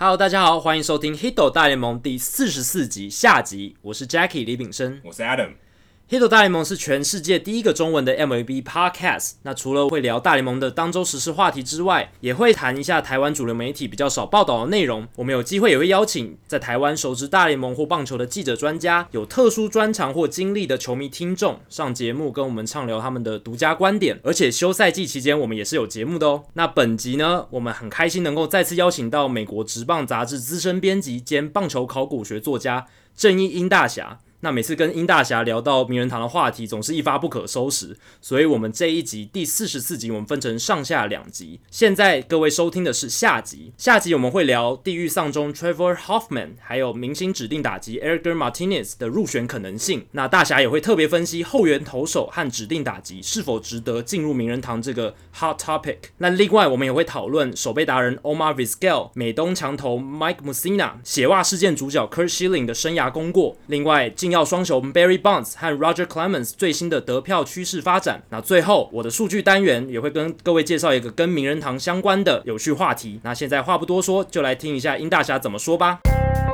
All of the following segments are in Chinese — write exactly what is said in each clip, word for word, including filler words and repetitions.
Hello， 大家好，欢迎收听《Hito 大联盟》第四十四集下集。我是 Jackie 李炳生， 我是 Adam。Hito 大联盟是全世界第一个中文的 M L B Podcast。那除了会聊大联盟的当周时事话题之外，也会谈一下台湾主流媒体比较少报道的内容。我们有机会也会邀请在台湾熟知大联盟或棒球的记者、专家，有特殊专长或经历的球迷听众上节目，跟我们畅聊他们的独家观点。而且休赛季期间，我们也是有节目的哦。那本集呢，我们很开心能够再次邀请到美国职棒杂志资深编辑兼棒球考古学作家正义殷大侠。那每次跟殷大侠聊到名人堂的话题，总是一发不可收拾，所以我们这一集第四十四集，我们分成上下两集。现在各位收听的是下集，下集我们会聊地狱丧钟 Trevor Hoffman， 还有明星指定打击 Edgar Martinez 的入选可能性。那大侠也会特别分析后援投手和指定打击是否值得进入名人堂这个 hot topic。那另外我们也会讨论守备达人 Omar Vizquel、美东强投 Mike Mussina、血袜事件主角 Curt Schilling 的生涯功过。另外进要双雄 Barry Bonds 和 Roger Clemens 最新的得票趋势发展。那最后我的数据单元也会跟各位介绍一个跟名人堂相关的有趣话题。那现在话不多说，就来听一下殷大侠怎么说吧。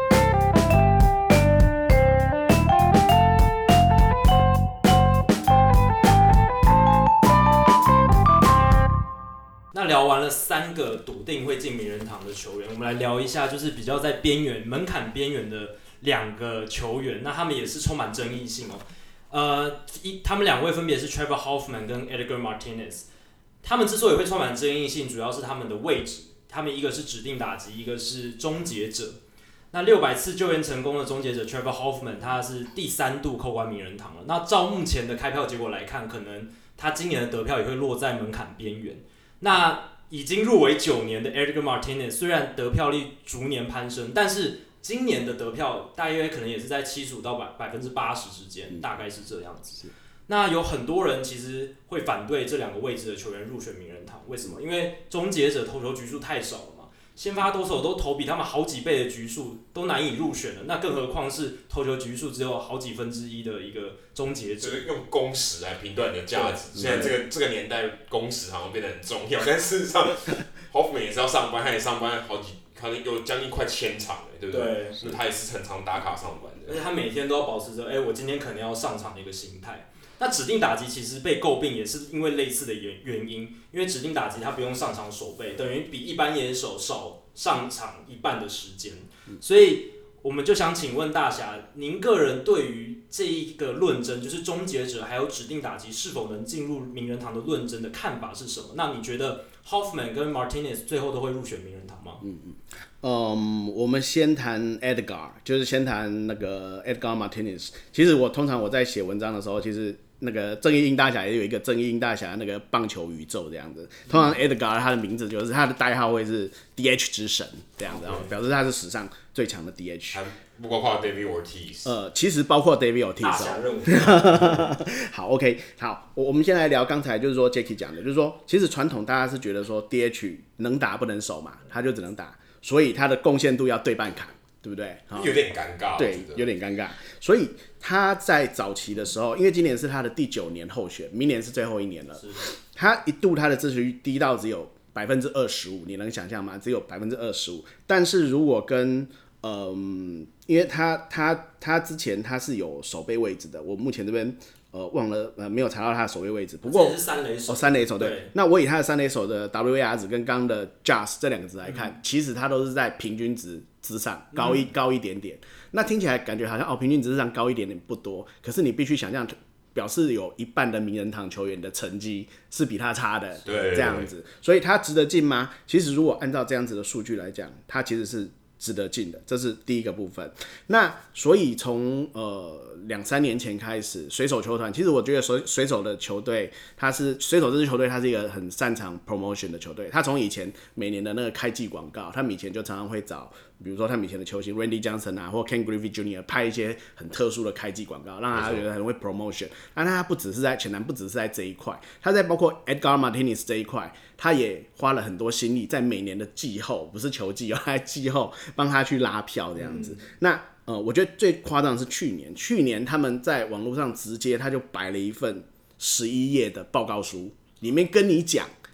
那聊完了三个笃定会进名人堂的球员，我们来聊一下就是比较在边缘门槛边缘的两个球员，那他们也是充满争议性哦。呃，他们两位分别是 Trevor Hoffman 跟 Edgar Martinez。他们之所以会充满争议性，主要是他们的位置，他们一个是指定打击，一个是终结者。那六百次救援成功的终结者 Trevor Hoffman， 他是第三度扣关名人堂了。那照目前的开票结果来看，可能他今年的得票也会落在门槛边缘。那已经入围九年的 Edgar Martinez， 虽然得票率逐年攀升，但是今年的得票大约可能也是在七十五到百分之八十之间，大概是这样子。那有很多人其实会反对这两个位置的球员入选名人堂，为什么？因为终结者投球局数太少了嘛，先发投手都投比他们好几倍的局数，都难以入选了。那更何况是投球局数只有好几分之一的一个终结者。 这个用工时来评断你的价值。现在这个这个年代，工时好像变得很重要，但事实上 ，Hoffman 也是要上班，他也上班好几。可能有将近快千场了，对不对？对，那他也是很常打卡上班的， 而且他每天都要保持着，哎、欸，我今天可能要上场的一个心态。那指定打击其实被诟病也是因为类似的原因，因为指定打击他不用上场守备，等于比一般野手少上场一半的时间，所以我们就想请问大侠，您个人对于这一个论争，就是终结者还有指定打击是否能进入名人堂的论争的看法是什么？那你觉得 Hoffman 跟 Martinez 最后都会入选名人堂吗？ 嗯嗯，嗯，我们先谈 Edgar， 就是先谈那个 Edgar Martinez。其实我通常我在写文章的时候，其实那个正义殷大侠也有一个正义殷大侠那个棒球宇宙这样子。通常 Edgar 他的名字就是他的代号会是 D H 之神这样子，然后表示他是史上最强的 D H。 不包括 David Ortiz。 呃，其实包括 David Ortiz。大侠任务。 好 ，OK， 好，我们先来聊刚才就是说 Jackie 讲的，就是说其实传统大家是觉得说 D H 能打不能守嘛，他就只能打，所以他的贡献度要对半砍。对不对？ 有点尴尬。 对，有点尴尬。所以他在早期的时候，因为今年是他的第九年候选，明年是最后一年了。他一度他的支持率低到只有百分之二十五，你能想象吗？只有百分之二十五。但是如果跟嗯，因为他他他之前他是有守备位置的，我目前这边。呃，忘了呃，没有查到他的守备位置。不过是三垒手， 哦，三垒手 对, 对。那我以他的三垒手的 W A R 值跟刚刚的 J A S 这两个值来看，嗯、其实他都是在平均值之上，高一、嗯、高一点点。那听起来感觉好像哦，平均值上高一点点不多，可是你必须想象，表示有一半的名人堂球员的成绩是比他差的， 对， 这样子，所以他值得进吗？其实如果按照这样子的数据来讲，他其实是值得进的，这是第一个部分。那所以从呃两三年前开始，水手球团其实我觉得水水手的球队，它是水手这支球队，它是一个很擅长 promotion 的球队。他从以前每年的那个开季广告，他们以前就常常会找，比如说他们以前的球星 Randy Johnson 啊，或 Ken Griffey Junior 拍一些很特殊的开季广告，让他觉得很会 promotion。但他不只是在显然不只是在这一块，他在包括 Edgar Martinez 这一块，他也花了很多心力，在每年的季后，不是球季哦，在季后帮他去拉票这样子。嗯、那呃，我觉得最夸张的是去年，去年他们在网络上直接他就摆了一份十一页的报告书，里面跟你讲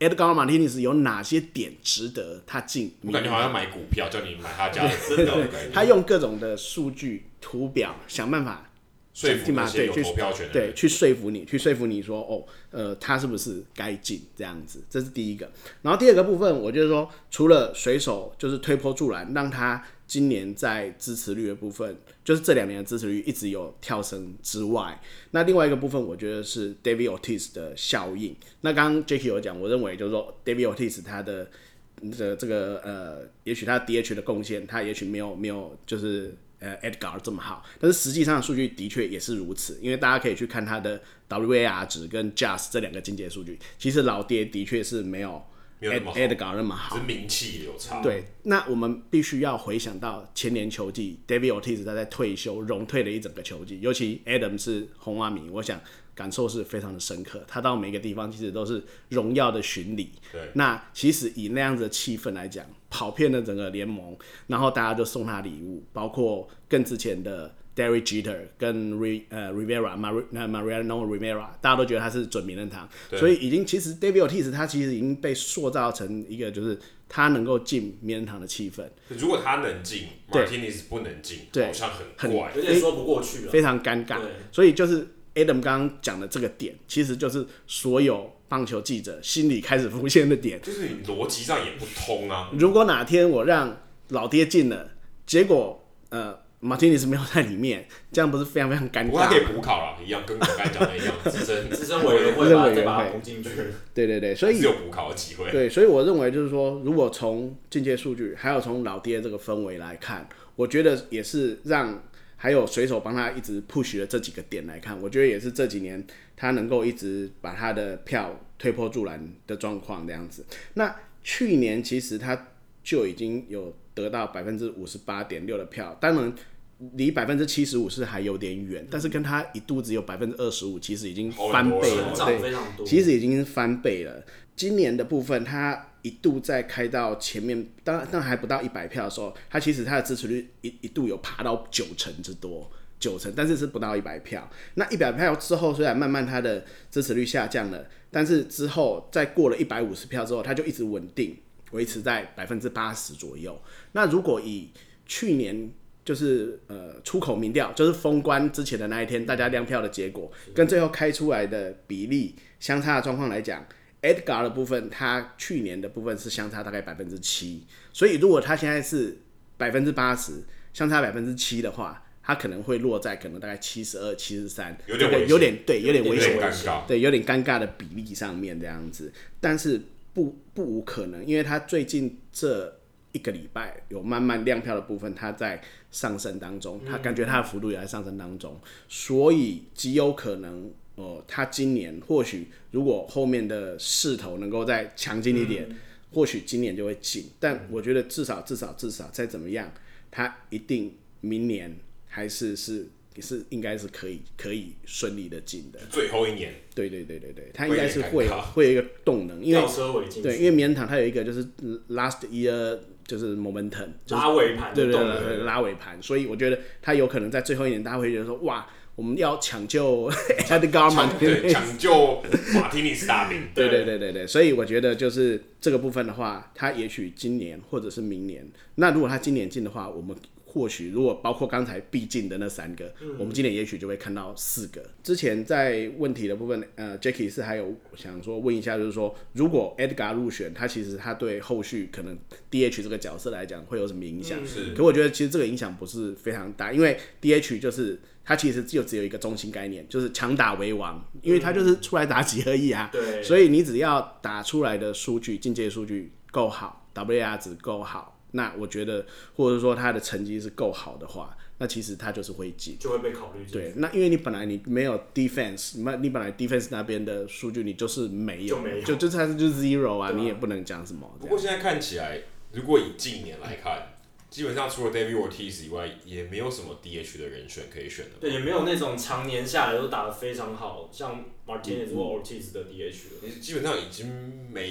Edgar Martinez 有哪些点值得他进？ 我感觉好像买股票，叫你买他家的股票的感觉。 他用各种的数据图表想办法说服那些有投票权的人， 对，去说服你，去说服你说，哦，呃，他是不是该进这样子？这是第一个。然后第二个部分，我觉得说，除了水手就是推波助澜，让他今年在支持率的部分，就是这两年的支持率一直有跳升之外，那另外一个部分，我觉得是 David Ortiz 的效应。那刚刚 Jacky 有讲，我认为就是说 David Ortiz 他的这个这个呃，也许他 D H 的贡献，他也许没有没有就是。呃 ，Edgar 这么好，但是实际上的数据的确也是如此，因为大家可以去看他的 W A R 值跟 J A S 这两个进阶数据，其实老爹的确是没有 Edgar 那么好， 只是名气有差。 对，那我们必须要回想到前年球季 ，David Ortiz 他在退休荣退了一整个球季，尤其 Adam 是红袜迷，我想感受是非常的深刻。他到每个地方其实都是荣耀的巡礼。 对， 那其实以那样子的气氛来讲，跑遍了整个联盟，然后大家就送他礼物，包括更之前的 Derek Jeter 跟 Re, 呃 Rivera Mariano Rivera， 大家都觉得他是准名人堂，所以已经其实 David Ortiz 他其实已经被塑造成一个就是他能够进名人堂的气氛。 如果他能进 ，Martinez 不能进，好像很怪， 有点说不过去了， 非常尴尬。所以就是 Adam 刚刚讲的这个点，其实就是所有棒球记者心里开始浮现的点， 就是你逻辑上也不通啊。 如果哪天我让老爹进了，结果呃 Martinez 没有在里面，这样不是非常非常尴尬？ 不过他可以补考啦，一样跟我刚才讲的一样，资深资深委员会把再把它补进去。 对对对，所以只有补考的机会。 对，所以我认为就是说，如果从进阶数据，还有从老爹这个氛围来看，我觉得也是让。还有水手帮他一直 push 的这几个点来看，我觉得也是这几年他能够一直把他的票推波助澜的状况这样子。那去年其实他就已经有得到百分之五十八点六的票，当然离百分之七十五是还有点远，但是跟他一度只有百分之二十五，其实已经翻倍了，对，其实已经翻倍了。今年的部分，他一度在开到前面，当然当然还不到一百票的时候，他其实他的支持率一一度有爬到九成之多，九成，但是是不到一百票。那一百票之后，虽然慢慢他的支持率下降了，但是之后再过了一百五十票之后，他就一直稳定维持在百分之八十左右。那如果以去年就是呃出口民调，就是封关之前的那一天，大家亮票的结果，跟最后开出来的比例相差的状况来讲。Edgar 的部分，他去年的部分是相差大概百分之七，所以如果他现在是百分之八十，相差百分之七的话，他可能会落在可能大概七十二、七十三， 有点危险， 有点对，有点危险， 对， 有点尴尬的比例上面这样子，但是不不无可能，因为他最近这一个礼拜有慢慢亮票的部分，他在上升当中，他感觉他的幅度也在上升当中，所以极有可能。哦，他今年或许如果后面的势头能够再强劲一点，嗯、或许今年就会进。但我觉得至少至少至少再怎么样，他一定明年还是是也是应该是可以可以顺利的进的。 最后一年， 对对对对对，他应该是会会有一个动能，因为对，因为名人堂它有一个就是 last year 就是 momentum 就是拉尾盘， 对对 对, 对拉尾盘，所以我觉得他有可能在最后一年，大家会觉得说哇。我们要抢救 Edgar Martinez， 抢救马提尼斯大兵。 对对对对对，所以我觉得就是这个部分的话，他也许今年或者是明年，那如果他今年进的话，我们或许如果包括刚才必进的那三个，嗯、我们今年也许就会看到四个。之前在问题的部分，呃 ，Jacky 是还有想说问一下，就是说如果 Edgar 入选，他其实他对后续可能 D H 这个角色来讲会有什么影响？ 嗯、 可我觉得其实这个影响不是非常大，因为 D H 就是他其实就只有一个中心概念，就是强打为王，因为他就是出来打几而已啊。 对， 所以你只要打出来的数据，进阶数据够好 ，W A R 值够好。那我觉得，或者说他的成绩是够好的话，那其实他就是会进， 就会被考虑进。 对，那因为你本来你没有 defense， 你本来 defense 那边的数据你就是没有， 就没有， 就就它是就是 zero 啊，你也不能讲什么。 不过现在看起来，如果以近年来看，基本上除了 David Ortiz 以外，也没有什么 D H 的人选可以选的。 对，也没有那种常年下来都打得非常好，像 Martinez 或 Ortiz 的 D H 了。 你基本上已经没。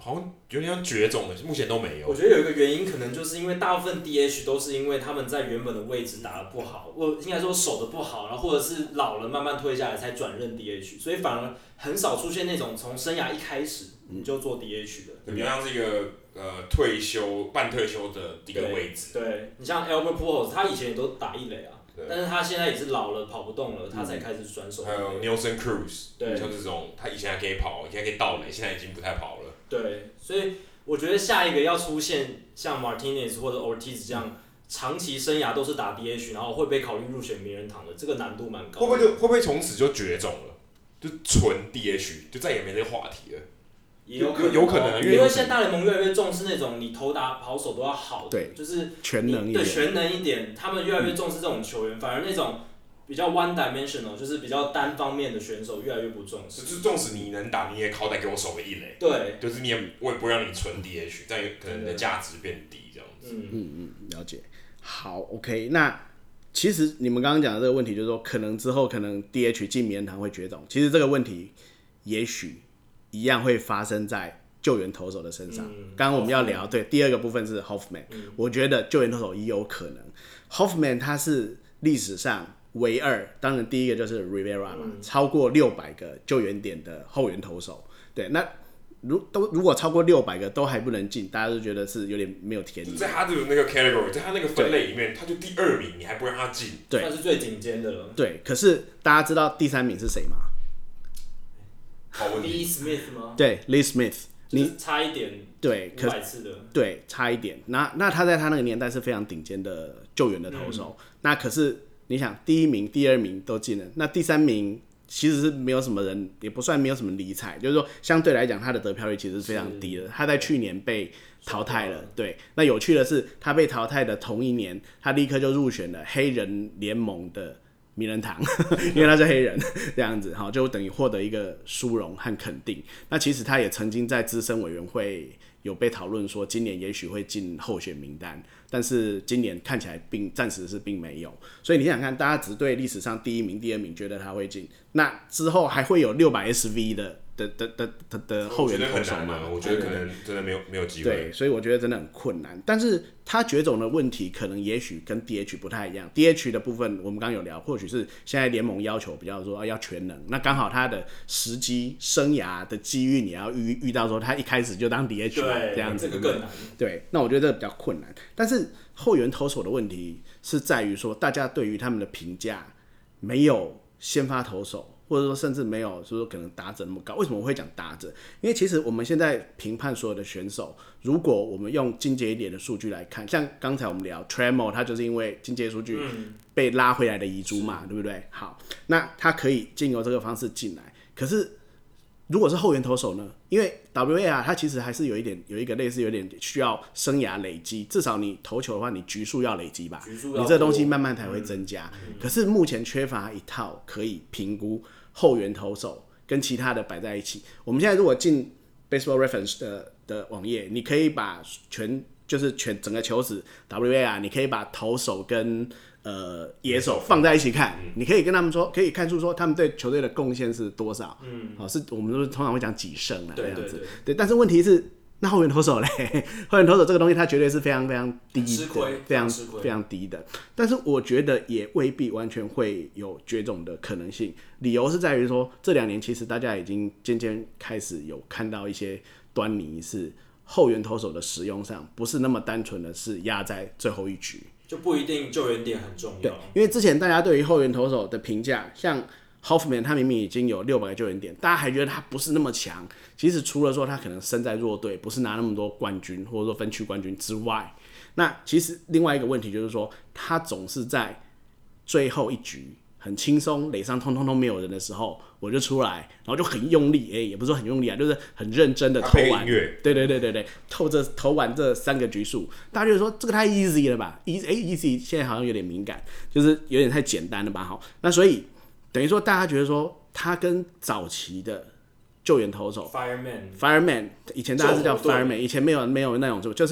好像有点像绝种的，目前都没有。 我觉得有一个原因，可能就是因为大部分 D H 都是因为他们在原本的位置打得不好，或应该说守得不好，然后或者是老了慢慢退下来才转任 D H， 所以反而很少出现那种从生涯一开始你就做 D H 的。 比较像是一个呃退休半退休的一个位置。 对，对你像 Albert Pujols， 他以前也都打一垒啊。但是他现在也是老了，跑不动了，他才开始转手。 还有 Nelson Cruz， 对， 像这种他以前还可以跑，以前还可以盗垒，现在已经不太跑了。 对，所以我觉得下一个要出现像 Martinez 或者 Ortiz 这样长期生涯都是打 D H， 然后会被考虑入选名人堂的，这个难度蛮高的。 会不会就会不会从此就绝种了？就纯 D H， 就再也没这个话题了。 也有可能， 有可能， 因为现在大联盟越来越重视那种你投打跑手都要好的，就是全能一点， 对全能一点，他们越来越重视这种球员，反而那种比较 one dimensional， 就是比较单方面的选手越来越不重视。 就是纵使你能打，你也好歹给我守个一垒。 对， 就是你也我也不会让你纯 D H， 这样可能你的价值变低这样子。 嗯嗯嗯，了解。好 ，OK， 那其实你们刚刚讲的这个问题，就是说可能之后可能 D H 进名人堂会绝种，其实这个问题也许一样会发生在救援投手的身上。刚刚、嗯、我们要聊，对，第二个部分是 Hoffman，、嗯、我觉得救援投手也有可能。Hoffman 他是历史上唯二，当然第一个就是 Rivera 嘛，嗯、超过六百个救援点的后援投手。对，那如都如果超过六百个都还不能进，大家都觉得是有点没有天理。 在他的那个 category， 在他那个分类里面，他就第二名，你还不让他进， 对，算是最顶尖的了。 对，可是大家知道第三名是谁吗？ 好问题。 Lee Smith 吗？ 对 ，Lee Smith。 你差一点， 对， 五百次的， 对，差一点。那那他在他那个年代是非常顶尖的救援的投手。嗯、那可是你想，第一名、第二名都进了，那第三名其实是没有什么人，也不算没有什么理睬，就是说相对来讲，他的得票率其实是非常低的。他在去年被淘汰了，对。那有趣的是，他被淘汰的同一年，他立刻就入选了黑人联盟的名人堂，因为他是黑人，这样子，就等于获得一个殊荣和肯定。那其实他也曾经在资深委员会有被讨论说，今年也许会进候选名单，但是今年看起来并暂时是并没有。所以你想想看，大家只对历史上第一名、第二名觉得他会进，那之后还会有六百 S V 的。的的的的的后援投手嘛， 我觉得可能真的没有没有机会。 对，所以我觉得真的很困难。但是他绝种的问题，可能也许跟 D H 不太一样。D H 的部分我们刚刚有聊，或许是现在联盟要求比较说、啊、要全能，那刚好他的时机、生涯的机遇，你要遇遇到说他一开始就当 D H 这样子， 这个更难。 对，那我觉得这个比较困难。但是后援投手的问题是在于说，大家对于他们的评价没有先发投手。或者说甚至没有说可能打者那么高，为什么我会讲打者？因为其实我们现在评判所有的选手，如果我们用进阶一点的数据来看，像刚才我们聊 Tremor， 他就是因为进阶数据被拉回来的遗珠嘛，对不对？好，那他可以经由这个方式进来，可是如果是后援投手呢？因为 W A R 它其实还是有一点有一个类似有点需要生涯累积，至少你投球的话，你局数要累积吧，你这东西慢慢才会增加。嗯嗯、可是目前缺乏一套可以评估后援投手跟其他的摆在一起。我们现在如果进 Baseball Reference 的的网页，你可以把全就是全整个球史 W A R， 你可以把投手跟呃野手放在一起看，嗯、你可以跟他们说，可以看出说他们对球队的贡献是多少。嗯，好、哦，是我们都通常会讲几胜啊这样子。对对对对，但是问题是，那后援投手嘞，后援投手这个东西它绝对是非常非常低的，非常非常低的。但是我觉得也未必完全会有绝种的可能性。理由是在于说，这两年其实大家已经渐渐开始有看到一些端倪，是后援投手的使用上不是那么单纯的是压在最后一局。 就不一定救援点很重要。 对，因为之前大家对于后援投手的评价，像 Hoffman 他明明已经有六百个救援点，大家还觉得他不是那么强。其实除了说他可能身在弱队，不是拿那么多冠军或者说分区冠军之外，那其实另外一个问题就是说，他总是在最后一局很轻松，垒上通通都没有人的时候，我就出来，然后就很用力，哎、欸，也不是说很用力啊，就是很认真的投完，对对对对对，投这投完这三个局数，大家就说这个太 easy 了吧 ，easy 哎 easy 现在好像有点敏感，就是有点太简单了吧，好，那所以等于说大家觉得说他跟早期的救援投手 fireman fireman 以前大家是叫 fireman， 以前没有没有那种就是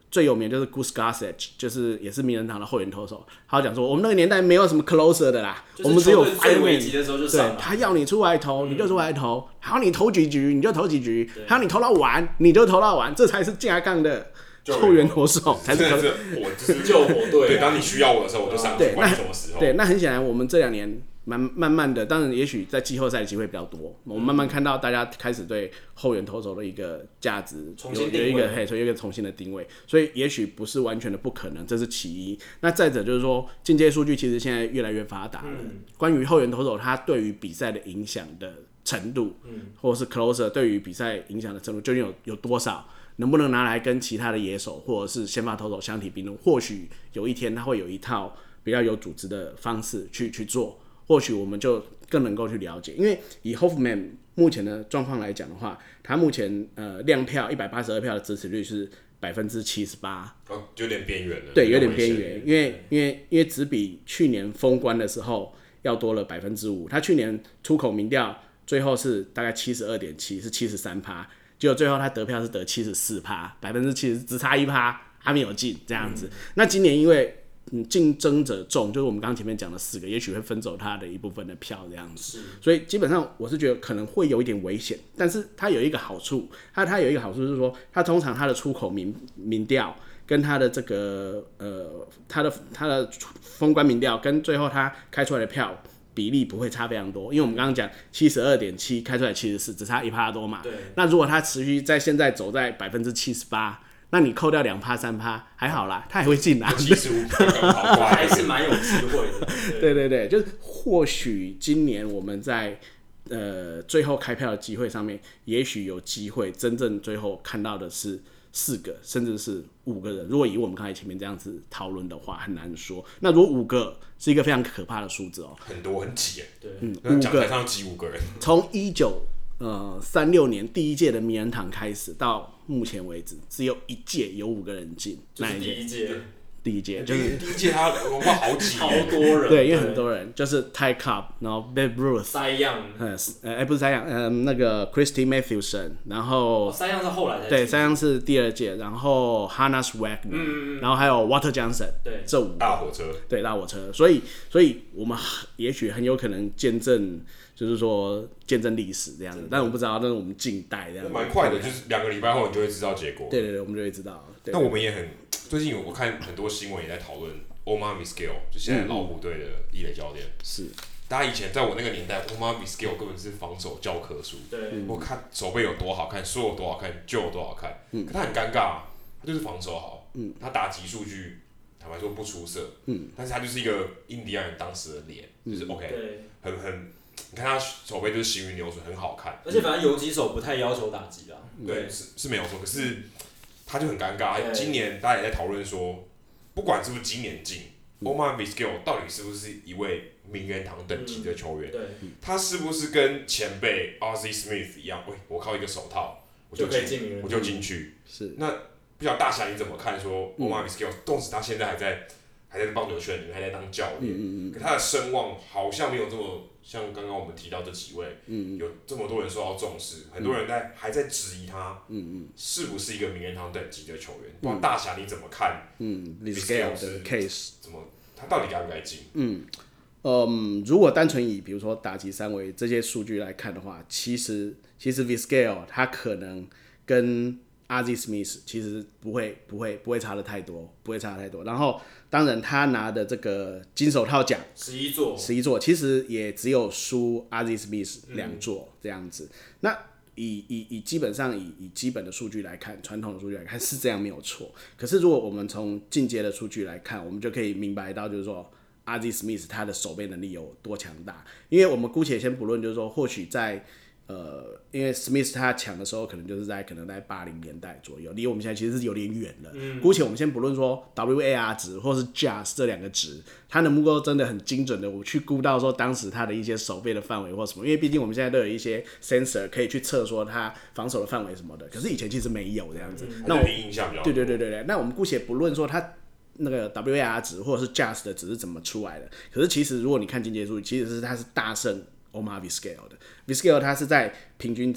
最有名的就是 Goose Gossage， 就是也是名人堂的后援投手。他讲说，我们那个年代没有什么 closer 的啦， 就是、 我们只有 fireman。对， 他要你出来投，你就出来投；还要你投几局，你就投几局；还要你投到完，你就投到完，这才是架杠的后援投手，才是可是我就是救火队。 对，当你需要我的时候，我就上去，管你什么时候。 对，那很显然，我们这两年。慢慢慢的，当然也许在季后赛的机会比较多，我们慢慢看到大家开始对后援投手的一个价值有有一个嘿，有一个重新的定位，所以也许不是完全的不可能，这是其一。那再者就是说，进阶数据其实现在越来越发达了，嗯、关于后援投手他对于比赛的影响的程度，嗯、或者是 closer 对于比赛影响的程度究竟有有多少？能不能拿来跟其他的野手或者是先发投手相提并论？或许有一天他会有一套比较有组织的方式去去做。或许我们就更能够去了解，因为以 Hoffman 目前的状况来讲的话，他目前呃亮票一百八十二票的支持率是百分之七十八， 哦，有点边缘了。 对，有点边缘，因为因为因为只比去年封关的时候要多了百分之五。他去年出口民调最后是大概七十二点七，是七十三趴，结果最后他得票是得七十四趴，百分之七十只差一趴，他没有进这样子。嗯、那今年因为嗯，竞争者众，就是我们刚刚前面讲的四个，也许会分走他的一部分的票这样子，所以基本上我是觉得可能会有一点危险，但是它有一个好处，它它有一个好处就是说，它通常它的出口民民调跟它的这个呃，它的它的封关民调跟最后它开出来的票比例不会差非常多，因为我们刚刚讲七十二点七开出来七十四，只差一趴多嘛，那如果它持续在现在走在百分之七十八。那你扣掉两趴三趴还好啦，他还会进来， 七十五还是蛮有机会的。 对对对，就是或许今年我们在呃最后开票的机会上面，也许有机会真正最后看到的是四个甚至是五个人。如果以我们刚才前面这样子讨论的话，很难说。那如果五个是一个非常可怕的数字哦， 很多很挤， 对， 嗯，五个上挤五个人， 从一九呃三六年第一届的名人堂开始到。目前为止，只有一届有五个人进， 就是第一届， 第一届就是第一届，他文化好挤， 好多人， 对，因为很多人就是 Ty Cobb， 然后 Babe Ruth， 呃， 呃，不是 Cy Young， 呃，那个 Christy Mathewson， 然后 Cy Young 是后来才对 Cy Young 是第二届，然后 Hannah Wagner，嗯、然后还有 Walter Johnson， 对， 这五大火车， 对大火车，所以所以我们也许很有可能见证。就是说见证历史这样子，但我不知道，那是我们近代这样子。 蛮快的，就是两个礼拜后你就会知道结果。 对对对，我们就会知道。 那我们也很最近我看很多新闻也在讨论 Omar Vizquel， 就现在老虎队的一垒教练。 是， 大家以前在我那个年代 ，Omar Vizquel 根本是防守教科书。 对， 我看手背有多好看，说有多好看就有多好看。嗯，可他很尴尬，他就是防守好。嗯，他打击数据坦白说不出色。嗯，但是他就是一个印第安人当时的脸，就是 OK， 很很。你看他手背就是行云流水，很好看。 而且反正游击手不太要求打击啦。 对，是是没有错。可是他就很尴尬。今年大家也在讨论说，不管是不是今年进 ，Omar Vizquel 到底是不是一位名人堂等级的球员？ 对， 他是不是跟前辈 Ozzie Smith 一样？喂，我靠一个手套，我就进，我就进去。 是。 那不晓得大侠你怎么看？说 Omar Vizquel， 纵使他现在还在还在棒球圈里面，还在当教练，嗯嗯可他的声望好像没有这么。像刚刚我们提到这几位，嗯、有这么多人受到重视，嗯、很多人在还在质疑他，嗯嗯，是不是一个名人堂等级的球员？不知道大侠你怎么看？ 嗯 ，Vizquel 的 case 怎么，他到底该不该进？ 嗯，嗯，如果单纯以比如说打击三围这些数据来看的话，其实其实 Vizquel 他可能跟Ozzie Smith 其实不会不会不会差的太多，不会差的太多。然后当然他拿的这个金手套奖十一座， 十一座其实也只有输 Ozzie Smith 两座这样子。嗯、那以以以基本上以以基本的数据来看，传统的数据来看是这样没有错。可是如果我们从进阶的数据来看，我们就可以明白到就是说 Ozzie Smith 他的守备能力有多强大。因为我们姑且先不论，就是说或许在呃，因为 Smith 他抢的时候，可能就是在可能在八零年代左右，离我们现在其实是有点远了。嗯，姑且我们先不论说 W A R 值或是 J A S 这两个值，他能不能够真的很精准的我去估到说当时他的一些守备的范围或什么？因为毕竟我们现在都有一些 sensor 可以去测说他防守的范围什么的，可是以前其实没有这样子。 嗯、 那我印象比较对对对对对，那我们姑且不论说他那个 W A R 值或者是 J A S 的值是怎么出来的，可是其实如果你看进阶数据，其实是它是大胜Omar Vizquel 的 Vizquel 他是在平均值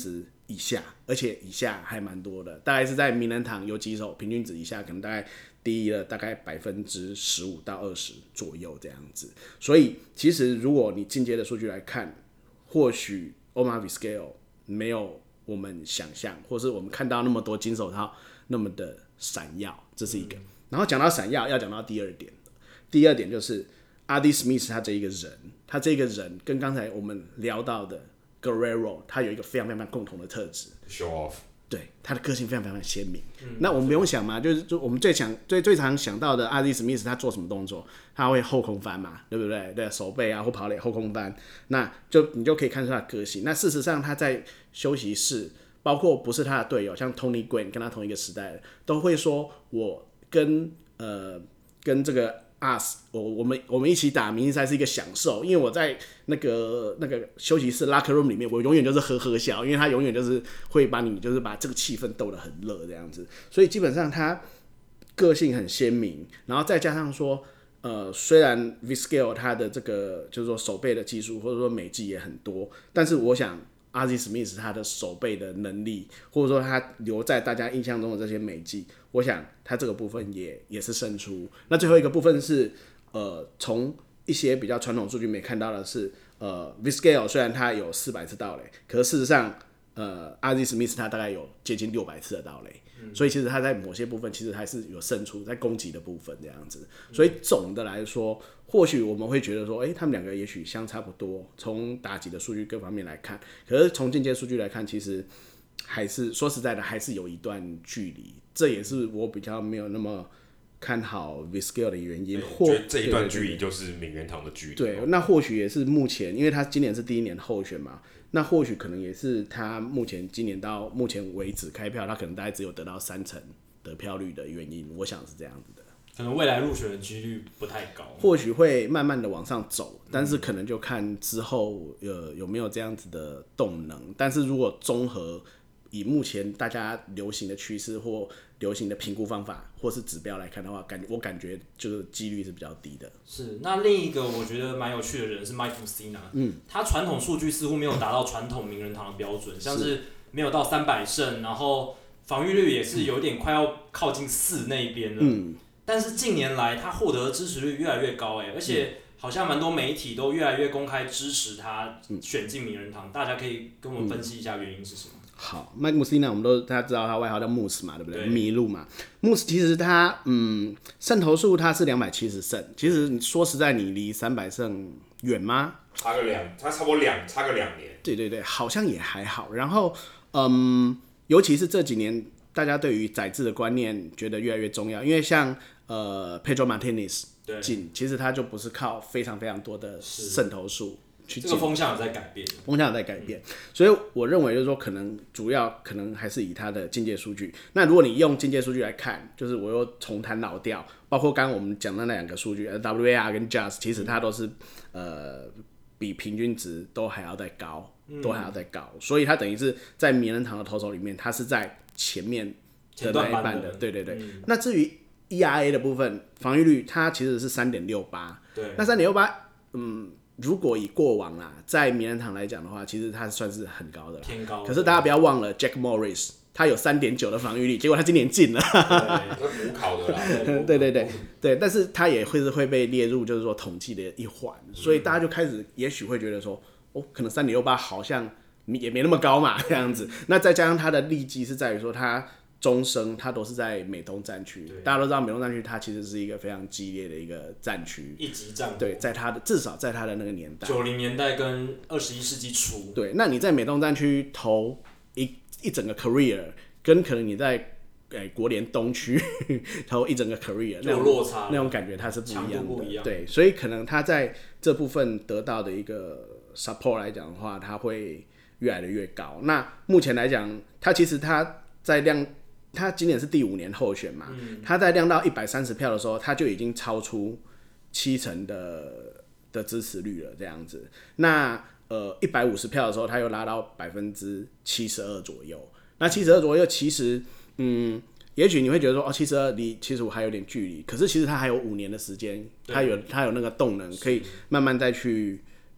以下，而且以下还蛮多的，大概是在名人堂有几首平均值以下，可能大概低了大概百分之十五到二十左右这样子。所以其实如果你进阶的数据来看，或许 Omar Vizquel 没有我们想象，或是我们看到那么多金手套那么的闪耀，这是一个。嗯、然后讲到闪耀，要讲到第二点，第二点就是 Ardie Smith 他这一个人，他这个人跟刚才我们聊到的 Guerrero 他有一个非常非常共同的特质 ，show off。 对，他的个性非常非常鲜明。嗯、那我们不用想嘛，就是就我们最想最最常想到的 Ardie Smith 他做什么动作，他会后空翻嘛，对不对？对，手背啊或跑垒后空翻，那就你就可以看出他的个性。那事实上他在休息室，包括不是他的队友，像 Tony Gwynn 跟他同一个时代的，都会说我跟呃跟这个。us， 我我们我们一起打明星赛是一个享受，因为我在那个那个休息室 locker room 里面，我永远就是呵呵笑，因为他永远就是会把你就是把这个气氛逗得很热这样子，所以基本上他个性很鲜明，然后再加上说，呃，虽然 Vizquel 他的这个就是说手背的技术或者说美技也很多，但是我想。Ardie Smith 他的手背的能力，或者说他留在大家印象中的这些美技，我想他这个部分也也是胜出。那最后一个部分是，呃，从一些比较传统数据没看到的是，呃 ，Vizquel 虽然他有四百次盗垒，可是事实上，呃 ，Ardie Smith 他大概有接近六百次的盗垒，嗯、所以其实他在某些部分其实还是有胜出，在攻击的部分这样子。所以总的来说。或许我们会觉得说，哎、欸，他们两个也许相差不多，从打击的数据各方面来看，可是从进阶数据来看，其实还是说实在的，还是有一段距离。这也是我比较没有那么看好 Vizquel 的原因。或觉得这一段距离就是名人堂的距离。 对，那或许也是目前，因为他今年是第一年候选嘛，那或许可能也是他目前今年到目前为止开票，他可能大概只有得到三成得票率的原因，我想是这样子的。 可能未来入选的几率不太高， 或许会慢慢的往上走，但是可能就看之后呃有没有这样子的动能。但是如果综合以目前大家流行的趋势或流行的评估方法或是指标来看的话，感我感觉就是几率是比较低的。 是，那另一个我觉得蛮有趣的人是 Mike Mussina，嗯，他传统数据似乎没有达到传统名人堂的标准，像是没有到三百胜，然后防御率也是有点快要靠近四那一边了。嗯。但是近年来，他获得的支持率越来越高，哎，而且好像蛮多媒体都越来越公开支持他选进名人堂。大家可以跟我们分析一下原因是什么？ 好 ，Mike Mussina 我们都大家知道他外号叫 Moose 嘛，对不对？麋鹿嘛 ，Moose 其实他嗯胜投数他是两百七十胜，其实你说实在，你离三百胜远吗？ 差个两，他差不多两，差个两年。 对对对，好像也还好。然后嗯，尤其是这几年。大家对于宰制的观念觉得越来越重要，因为像呃 Pedro Martinez 进，其实他就不是靠非常非常多的胜投数去进， 这个风向有在改变， 风向有在改变，嗯、所以我认为就是说，可能主要可能还是以他的进阶数据。那如果你用进阶数据来看，就是我又重弹老调，包括刚刚我们讲的那两个数据 ，W A R 跟 J A S， 其实它都是呃比平均值都还要再高，都还要再高，嗯、所以它等于是在名人堂的投手里面，它是在前面的那一半的，对对对。嗯、那至于 E R A 的部分，防御率它其实是 三点六八， 对， 那 三点六八，嗯，如果以过往啦，在名人堂来讲的话，其实它算是很高的啦， 偏高。 可是大家不要忘了 Jack Morris， 他有 三点九 的防御率，结果他今年进了， 对，补考的啦， 对对对对，但是他也会是会被列入就是说统计的一环，所以大家就开始也许会觉得说，哦，可能 三点六八 好像。也没那么高嘛，这样子。那再加上他的利基是在于说，他终生他都是在美东战区。大家都知道美东战区它其实是一个非常激烈的一个战区， 一级战。 对，在他的至少在他的那个年代， 九零年代跟二十一世纪初。 对，那你在美东战区投一一整个 career， 跟可能你在诶国联东区投一整个 career 那种落差， 那种感觉它是不一样的。 不一样对，所以可能他在这部分得到的一个 support 来讲的话，他会。越来越高。那目前来讲，他其实他在量，他今年是第五年候选嘛，嗯、他在量到一百三十票的时候，他就已经超出七成的的支持率了，这样子。那呃一百五十票的时候，他又拉到百分之七十二左右。那七十二左右，其实嗯，也许你会觉得说，哦，七十二离七十五还有点距离，可是其实他还有五年的时间，他有他有那个动能，可以慢慢再去。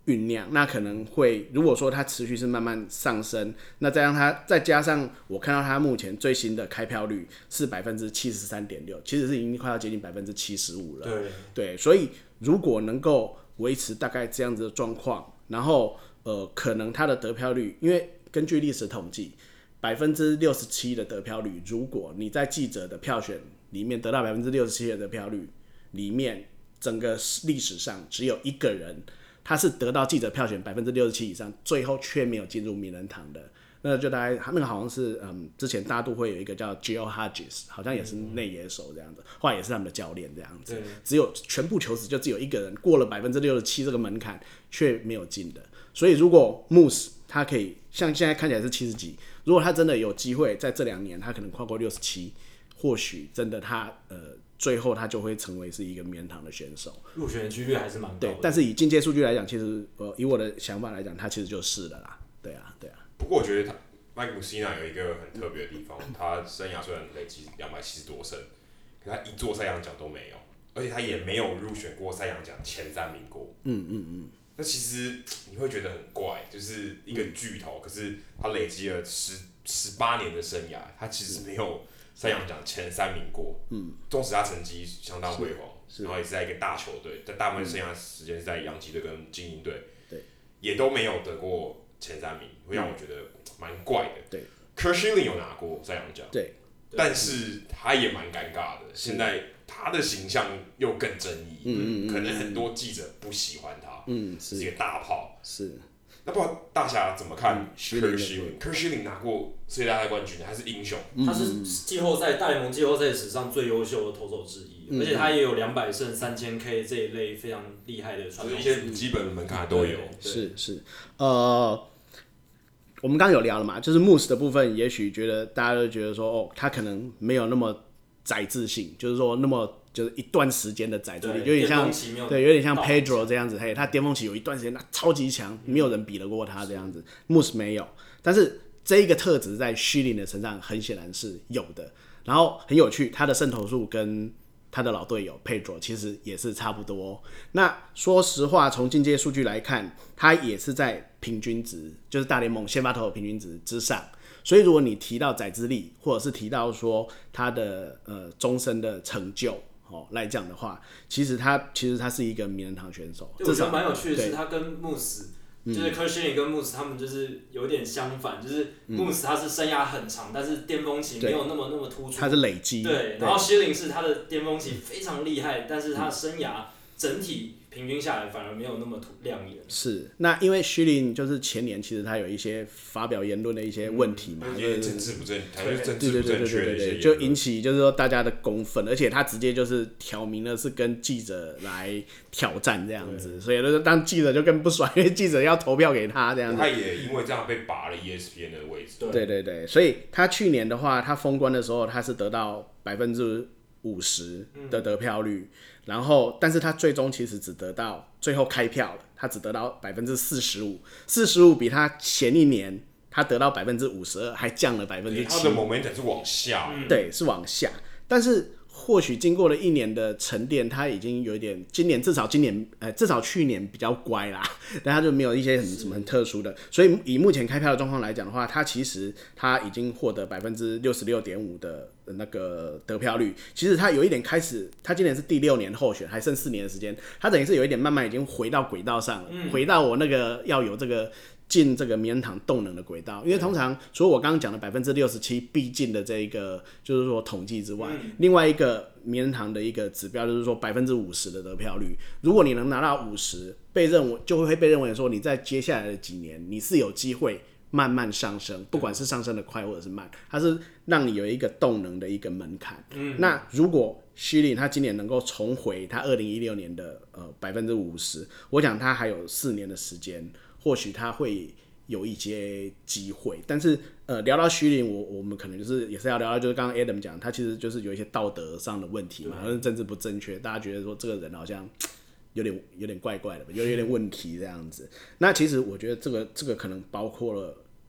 酝酿，那可能会如果说它持续是慢慢上升，那再让它再加上我看到它目前最新的开票率是百分之七十三点六，其实是已经快要接近百分之七十五了。 对对，所以如果能够维持大概这样子的状况，然后呃，可能它的得票率，因为根据历史统计，百分之六十七的得票率，如果你在记者的票选里面得到百分之六十七的得票率，里面整个历史上只有一个人。他是得到记者票选百分之六十七以上，最后却没有进入名人堂的，那就大概那个好像是嗯，之前大都会有一个叫 Gio Hodges， 好像也是内野手这样子，后来也是他们的教练这样子。只有全部球池就只有一个人过了百分之六十七这个门槛，却没有进的。所以如果 Moose 他可以像现在看起来是七十几，如果他真的有机会在这两年他可能跨过六十七，或许真的他呃。最后他就会成为是一个名人堂的选手， 入选的几率还是蛮高的。 对，但是以进阶数据来讲，其实呃以我的想法来讲，他其实就是了啦。对啊，对啊。 不过我觉得他麦克姆西纳有一个很特别的地方，他生涯虽然累积两百七十多胜，可他一座赛扬奖都没有，而且他也没有入选过赛扬奖前三名过。 嗯嗯嗯。 那其实你会觉得很怪，就是一个巨头，可是他累积了十十八年的生涯，他其实没有。赛扬奖前三名过，嗯，纵使他成绩相当辉煌，然后也是在一个大球队，但大部分生涯时间是在洋基队跟精英队，对，也都没有得过前三名，会让我觉得蛮怪的。 对 Curt Schilling 有拿过赛扬奖， 对， 但是他也蛮尴尬的。现在他的形象又更争议，嗯嗯，可能很多记者不喜欢他，嗯，是一个大炮， 是。 那不知道大侠怎么看 Curt Schilling？Curt Schilling 拿过世界大赛冠军，他是英雄。 他是季后赛大联盟季后赛史上最优秀的投手之一，嗯、而且他也有两百胜、三千 K 这一类非常厉害的传统。 一些基本的门槛都有。 是是，呃，我们刚刚有聊了嘛，就是 Moose 的部分，也许觉得大家都觉得说，哦，他可能没有那么载质性，就是说那么。就是一段时间的载质力，有点像对，有点像 Pedro 这样子，嘿，他巅峰期有一段时间，他超级强，没有人比得过他这样子。Moose 没有，但是这一个特质在 Schilling 的身上很显然是有的。然后很有趣，他的胜投数跟他的老队友 Pedro 其实也是差不多。那说实话，从进阶数据来看，他也是在平均值，就是大联盟先发投手平均值之上。所以如果你提到载资力，或者是提到说他的呃终身的成就。哦，来讲的话，其实他其实他是一个名人堂选手。 对，我觉得蛮有趣的是，他跟穆斯，就是 Curt Schilling 跟穆斯他们就是有点相反，就是穆斯他是生涯很长，但是巅峰期没有那么那么突出。 他是累积。 对，然后 Schilling 是他的巅峰期非常厉害，但是他的生涯整体平均下来反而没有那么亮眼。 是，那因为 Schilling 就是前年其实他有一些发表言论的一些问题嘛， 因为政治不正，台就是政治不正确的一些言论， 就引起就是说大家的公愤，而且他直接就是挑明了是跟记者来挑战这样子，所以就是当记者就更不爽，因为记者要投票给他这样子。 他也因为这样被拔了 E S P N 的位置。 对对对，所以他去年的话，他封关的时候他是得到百分之五十的得票率。嗯，然后，但是他最终其实只得到最后开票了，他只得到百分之四十五，四十五比他前一年他得到百分之五十二还降了百分之七。 他的 momentum 是往下， 嗯，对，是往下。但是或许经过了一年的沉淀，他已经有一点，今年至少今年，呃，至少去年比较乖啦，但他就没有一些很什么很特殊的。所以以目前开票的状况来讲的话，他其实他已经获得百分之六十六点五的那个得票率。其实他有一点开始，他今年是第六年候选，还剩四年的时间，他等于是有一点慢慢已经回到轨道上了，嗯，回到我那个要有这个。进这个名人堂动能的轨道，因为通常除了我刚刚讲的百分之六十七必进的这一个，就是说统计之外，嗯，另外一个名人堂的一个指标就是说百分之五十的得票率。如果你能拿到五十，被认为就会被认为说你在接下来的几年你是有机会慢慢上升，不管是上升的快或者是慢，它是让你有一个动能的一个门槛。嗯，那如果Schilling他今年能够重回他二零一六年的呃百分之五十，我想他还有四年的时间。或许他会有一些机会，但是呃，聊到Schilling，我我们可能就是也是要聊到，就是刚刚 Adam 讲，他其实就是有一些道德上的问题嘛，或者政治不正确，大家觉得说这个人好像有点有点怪怪的，有有点问题这样子。那其实我觉得这个这个可能包括了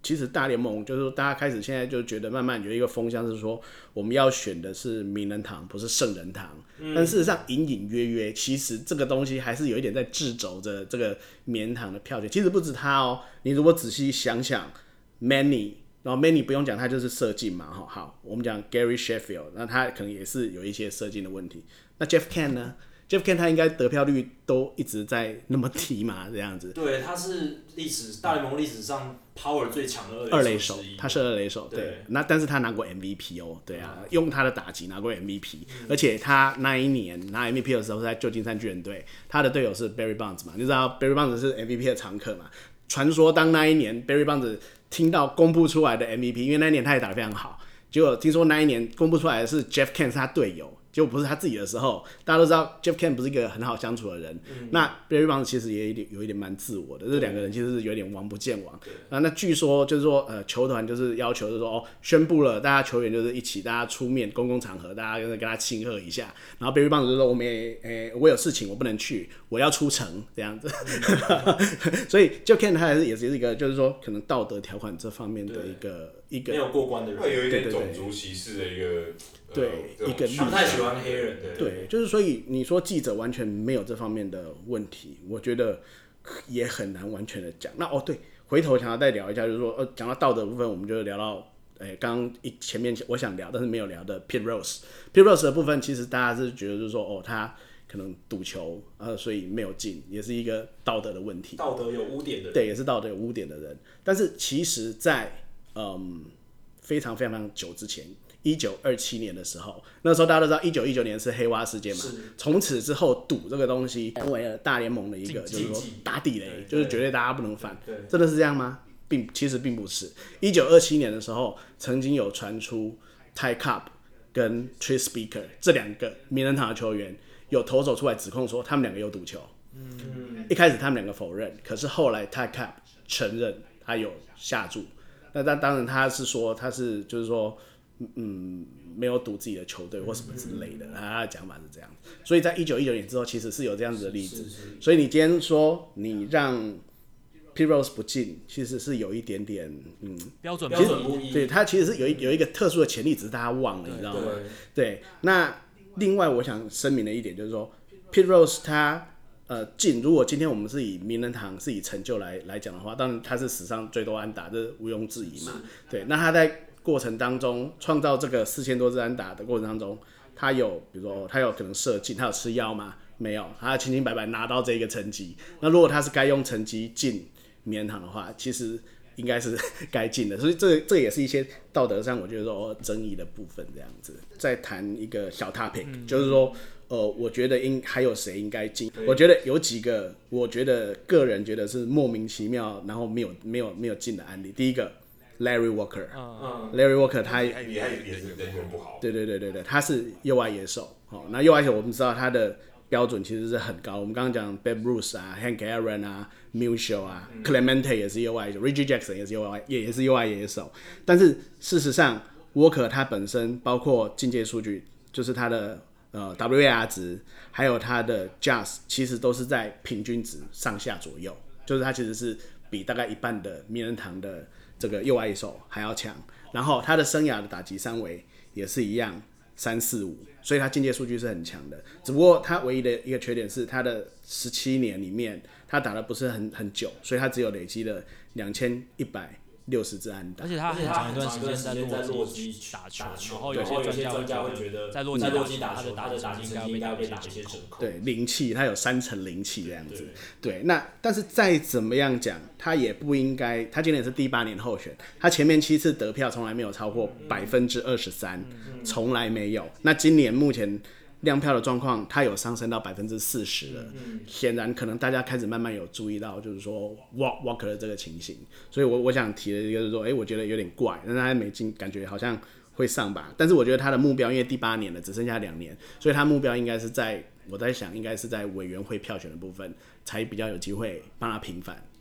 其实大联盟就是说，大家开始现在就觉得慢慢有一个风向是说，我们要选的是名人堂，不是圣人堂。嗯、但事实上，隐隐约约，其实这个东西还是有一点在制肘着这个名人堂的票选。其实不止他哦，你如果仔细想想 ，Manny， 然后 Manny 不用讲，他就是射进嘛，哈。好，我们讲 Gary Sheffield， 那他可能也是有一些射进的问题。那 Jeff Kent 呢？Jeff Kent 他应该得票率都一直在那么低嘛，这样子。 对，他是历史大联盟历史上 power 最强的二垒手手，他是二垒手，对。对那但是他拿过 M V P 哦，对啊，嗯、用他的打击拿过 M V P，、嗯、而且他那一年拿 M V P 的时候是在旧金山巨人队，他的队友是 Barry Bonds 嘛，你知道 Barry Bonds 是 M V P 的常客嘛？传说当那一年 Barry Bonds 听到公布出来的 M V P， 因为那一年他也打得非常好，结果听说那一年公布出来的是 Jeff Kent 是他队友。结果不是他自己的时候，大家都知道 Jeff Kent 不是一个很好相处的人。嗯、那 Barry Bonds 其实也有一点有一点蛮自我的，这两个人其实是有点王不见王。啊，那据说就是说，呃，球团就是要求就是说，哦，宣布了，大家球员就是一起，大家出面公共场合，大家跟跟他庆贺一下。然后 Barry Bonds 就说，我们也，诶、欸，我有事情我不能去，我要出城这样子。嗯、所以 Jeff Kent 他还是也是一个就是说可能道德条款这方面的一个一个没有过关的人， 会有一点种族歧视的一个。 对， 呃、 一个他不太喜欢黑人， 对，对就是所以你说记者完全没有这方面的问题，我觉得也很难完全的讲。那哦，对，回头想要再聊一下，就是说，呃，讲到道德部分，我们就聊到，诶，刚刚一前面我想聊但是没有聊的 Pete Rose，Pete Rose 的部分，其实大家是觉得就是说，哦，他可能赌球，呃，所以没有进，也是一个道德的问题， 道德有污点的人， 对，也是道德有污点的人。但是其实在，嗯，非常非常非常久之前。一九二七年的时候，那时候大家都知道，一九一九年是黑蛙事件嘛。从此之后，赌这个东西成为了大联盟的一个，就是说大地雷，就是绝对大家不能犯。真的是这样吗？并其实并不是。一九二七年的时候，曾经有传出 Ty Cobb 跟 Tris Speaker 这两个名人堂的球员有投手出来指控说他们两个有赌球。嗯，一开始他们两个否认，可是后来 Ty Cobb 承认他有下注。那当然他是说他是就是说。嗯，没有赌自己的球队或什么之类的，他的讲法是这样。所以在一九一九年之后，其实是有这样子的例子。是是所以你今天说你让 Pete Rose 不进，其实是有一点点嗯标准标准不一。 对，他其实是有一有一个特殊的潜力，只是大家忘了，你知道吗？对。对那另外我想声明的一点就是说 ，Pete Rose 他呃进，如果今天我们是以名人堂是以成就来来讲的话，当然他是史上最多安打，这是毋庸置疑嘛。对。那他在过程当中创造这个四千多支安打的过程当中，他有比如说他有可能射进，他有吃药吗？没有，他清清白白拿到这个成绩。那如果他是该用成绩进名人堂的话，其实应该是该进的。所以这这也是一些道德上我觉得说争议的部分这样子。再谈一个小 topic，、嗯、就是说呃，我觉得应还有谁应该进？我觉得有几个，我觉得个人觉得是莫名其妙，然后没有没有没有进的案例。第一个。Larry Walker， 嗯、Larry Walker 他也也是人缘不好。 对对对对对，他是右外野手。哦，那右外野手我们知道他的标准其实是很高。我们刚刚讲 Babe Ruth 啊 ，Hank Aaron 啊 ，Musial 啊、嗯、，Clemente 也是右外野手 ，Reggie Jackson 也是右外也也是右外野手。但是事实上 ，Walker 他本身包括进阶数据，就是他的呃 W A R 值，还有他的 J A S， 其实都是在平均值上下左右，就是他其实是比大概一半的名人堂的。这个右外野手还要强，然后他的生涯的打击三围也是一样三四五，所以他进阶数据是很强的。只不过他唯一的一个缺点是他的十七年里面他打的不是很很久，所以他只有累积了两千一百六十支安打， 而且他很长一段时间在洛基打球，然后有些专家会觉得在洛基打他的打击成绩应该被打一些折扣。 对，灵气他有三成灵气这样子。对，那但是再怎么样讲，他也不应该。他今年是第八年候选，他前面七次得票从来没有超过百分之二十三，从来没有。那今年目前亮票的状况，它有上升到百分之四十了。显、嗯、然，可能大家开始慢慢有注意到，就是说 Walker 的这个情形。所以我我想提的一个就是说，哎、欸，我觉得有点怪，但是他没进，感觉好像会上吧。但是我觉得他的目标，因为第八年了，只剩下两年，所以他目标应该是在，我在想，应该是在委员会票选的部分，才比较有机会帮他平反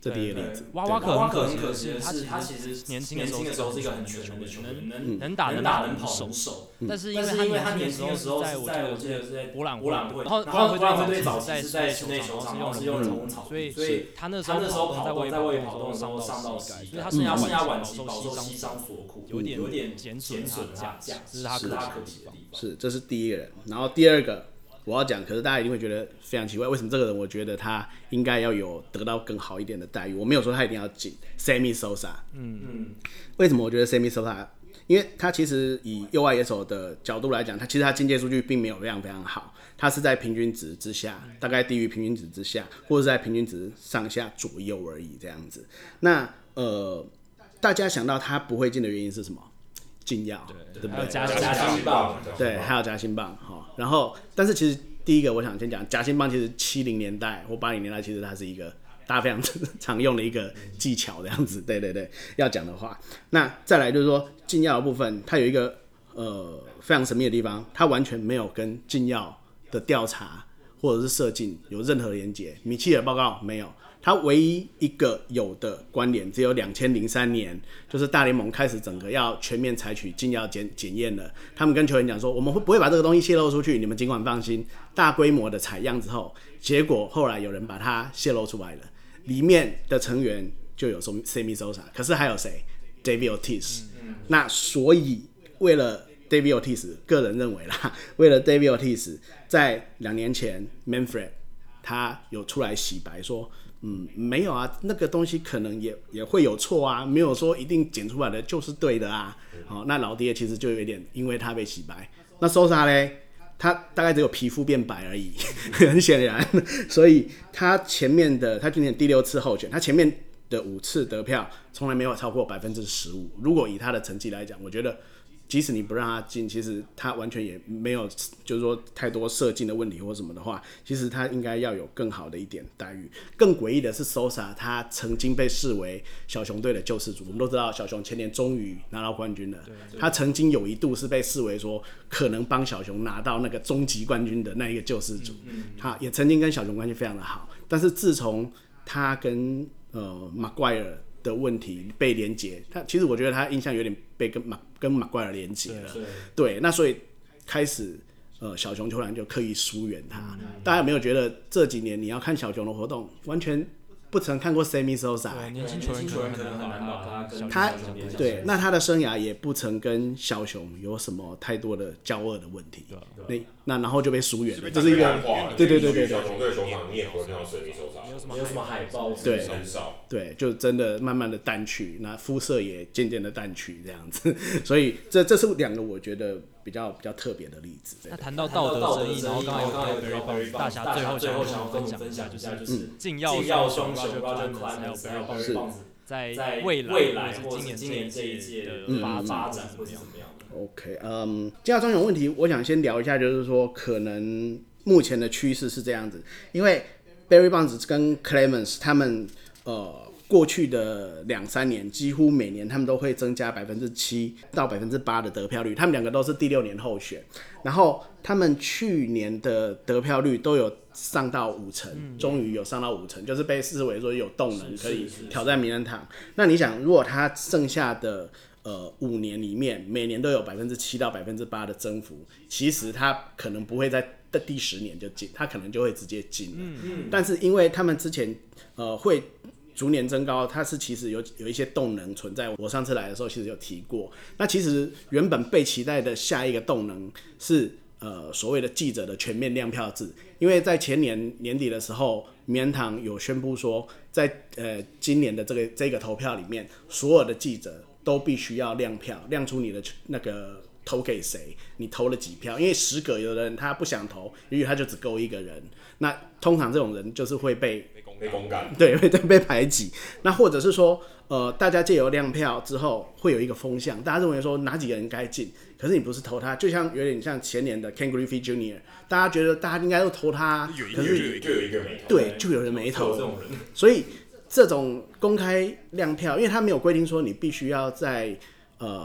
这第一个例子。 哇哇可可很可惜的是，他其实年轻的时候是一个很全能的球员，能能打能打能跑能守，但是因为他年轻的时候是在我记得是在博览会，然后博览会队早期是在室内球场，然后是用人工草地，所以他那时候跑动在外跑动伤到膝盖，所以他生涯晚期饱受膝伤所苦，有点有点减损他的价值，这是他可惜的地方。 是，这是第一个人，然后第二个。我要讲，可是大家一定会觉得非常奇怪，为什么这个人我觉得他应该要有得到更好一点的待遇？我没有说他一定要进 Sammy Sosa。嗯嗯。为什么我觉得 Sammy Sosa？ 因为他其实以右外野手的角度来讲，他其实他进阶数据并没有非常非常好，他是在平均值之下，大概低于平均值之下，或者在平均值上下左右而已这样子。那呃，大家想到他不会进的原因是什么？禁药，对不对？ 还有夹心棒， 对，还有夹心棒哈。然后，但是其实第一个我想先讲夹心棒，其实七零年代或八零年代，其实它是一个大家非常常用的一个技巧这样子。对对对，要讲的话，那再来就是说禁药的部分，它有一个呃非常神秘的地方，它完全没有跟禁药的调查或者是射禁有任何连结。米切尔报告没有。它唯一一个有的关联只有二零零三年，就是大联盟开始整个要全面采取禁药检检验了。他们跟球员讲说，我们会不会把这个东西泄露出去？你们尽管放心。大规模的采样之后，结果后来有人把它泄露出来了，里面的成员就有 Sammy Sosa， 可是还有谁 ？David Ortiz。那所以为了 David Ortiz， 个人认为啦，为了 David Ortiz， 在两年前 Manfred 他有出来洗白说。嗯，没有啊，那个东西可能也也会有错啊，没有说一定检出来的就是对的啊。好、哦，那老爹其实就有一点，因为他被洗白。那 Sosa 呢，他大概只有皮肤变白而已，很显然，所以他前面的他今年第六次候选，他前面的五次得票从来没有超过百分之十五。如果以他的成绩来讲，我觉得。即使你不让他进，其实他完全也没有，就是说太多射进的问题或什么的话，其实他应该要有更好的一点待遇。更诡异的是 ，Sosa 他曾经被视为小熊队的救世主。我们都知道，小熊前年终于拿到冠军了。他曾经有一度是被视为说可能帮小熊拿到那个终极冠军的那一个救世主。他也曾经跟小熊关系非常的好，但是自从他跟呃 Maguire的问题被连结，他其实我觉得他印象有点被跟马跟马怪尔连结了，对，那所以开始呃小熊球团就刻意疏远他。嗯、大家有没有觉得这几年你要看小熊的活动，完全不曾看过 Sammy Sosa？ 年轻球员可能很难把他跟他对，那他的生涯也不曾跟小熊有什么太多的交恶的问题，那那然后就被疏远了，这是一个对对对对对。 小熊队球场你也不会看到 Sammy Sosa， 没有什么海报， 对， 很少， 对，就真的慢慢的淡去，那肤色也渐渐的淡去这样子，所以这这是两个我觉得比较比较特别的例子。 那谈到道德争议，然后刚刚有 Barry Bonds 大侠最后想要分享一下，就是禁药双雄 Roger Clemens 还有 Barry Bonds 在未来或者是今年这一届的发展会是怎么样的 ？OK， 嗯，禁药双雄问题，我想先聊一下，就是说可能目前的趋势是这样子，因为 Barry Bonds 跟 Clemens 他们呃。过去的两三年，几乎每年他们都会增加百分之七到百分之八的得票率。他们两个都是第六年候选，然后他们去年的得票率都有上到五成，终于有上到五成，就是被视为说有动能可以挑战名人堂。那你想，如果他剩下的呃五年里面，每年都有百分之七到百分之八的增幅，其实他可能不会在第十年就进，他可能就会直接进了。嗯嗯。但是因为他们之前呃会。逐年增高，它是其实有有一些动能存在。我上次来的时候其实有提过。那其实原本被期待的下一个动能是呃所谓的记者的全面亮票制，因为在前年年底的时候，名人堂有宣布说，在呃今年的这个这个投票里面，所有的记者都必须要亮票，亮出你的那个投给谁，你投了几票。因为十个有的人他不想投，因为他就只够一个人，那通常这种人就是会被。 被公干， 对，会被排挤。那或者是说，呃，大家借由亮票之后，会有一个风向，大家认为说哪几个人该进，可是你不是投他，就像有点像前年的 Ken Griffey Junior， 大家觉得大家应该都投他，可是就有一个没投， 对，就有人没投。所以这种公开亮票，因为他没有规定说你必须要在呃。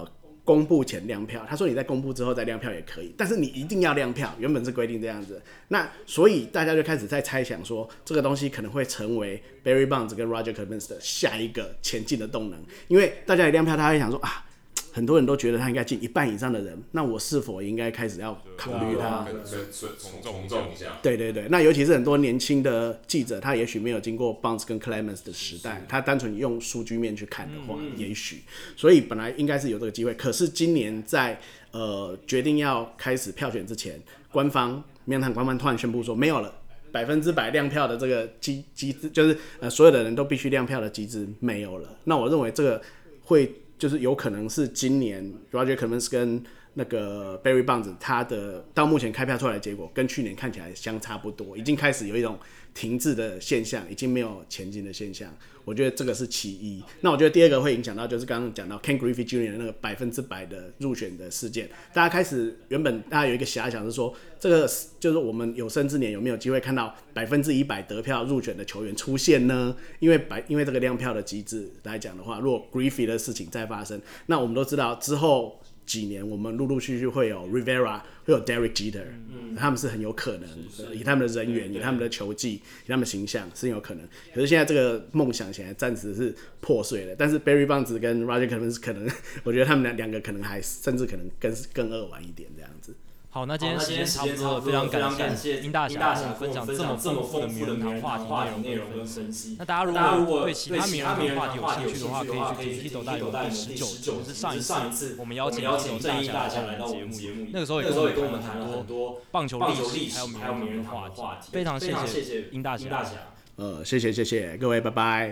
公布前亮票，他说你在公布之后再亮票也可以，但是你一定要亮票，原本是规定这样子。那所以大家就开始在猜想说，这个东西可能会成为 Barry Bonds 跟 Roger Clemens 的下一个前进的动能，因为大家一亮票，他会想说啊。很多人都觉得他应该进一半以上的人，那我是否应该开始要考虑他？ 从众一下。 对对对，那尤其是很多年轻的记者，他也许没有经过 Bonds 跟 Clemens 的时代，他单纯用数据面去看的话，嗯、也许，所以本来应该是有这个机会。可是今年在呃决定要开始票选之前，官方民进党官方突然宣布说没有了。百分之百亮票的这个机机制，就是呃所有的人都必须亮票的机制没有了。那我认为这个会。就是有可能是今年 Roger Clemens 跟那个 Barry Bonds 他的到目前开票出来的结果跟去年看起来相差不多，已经开始有一种停滞的现象，已经没有前进的现象。我觉得这个是其一。那我觉得第二个会影响到就是刚刚讲到 Ken Griffey Junior 的那个百分之百的入选的事件，大家开始原本大家有一个遐想是说，这个就是我们有生之年有没有机会看到百分之一百得票入选的球员出现呢？因为百因为这个亮票的机制来讲的话，如果 Griffey 的事情再发生，那我们都知道之后。几年我们陆陆续续会有 Rivera， 会有 Derek Jeter，、嗯、他们是很有可能以他们的人缘、以他们的球技、以他们的形象是很有可能。可是现在这个梦想显然暂时是破碎了。但是 Barry Bonds 跟 Roger Clemens 可能，我觉得他们两个可能还甚至可能更更扼腕一点这样子。 好，那今天时间差不多了，非常感谢殷大侠跟我们分享这么丰富的名人堂话题内容跟分析。那大家如果对其他名人堂话题有兴趣的话，可以去听《Hito 大联盟》第十九集，就是上一次我们邀请正义大侠来到我们节目，那个时候也跟我们谈了很多棒球历史还有名人堂的话题。非常谢谢殷大侠。 呃，谢谢谢谢各位，拜拜。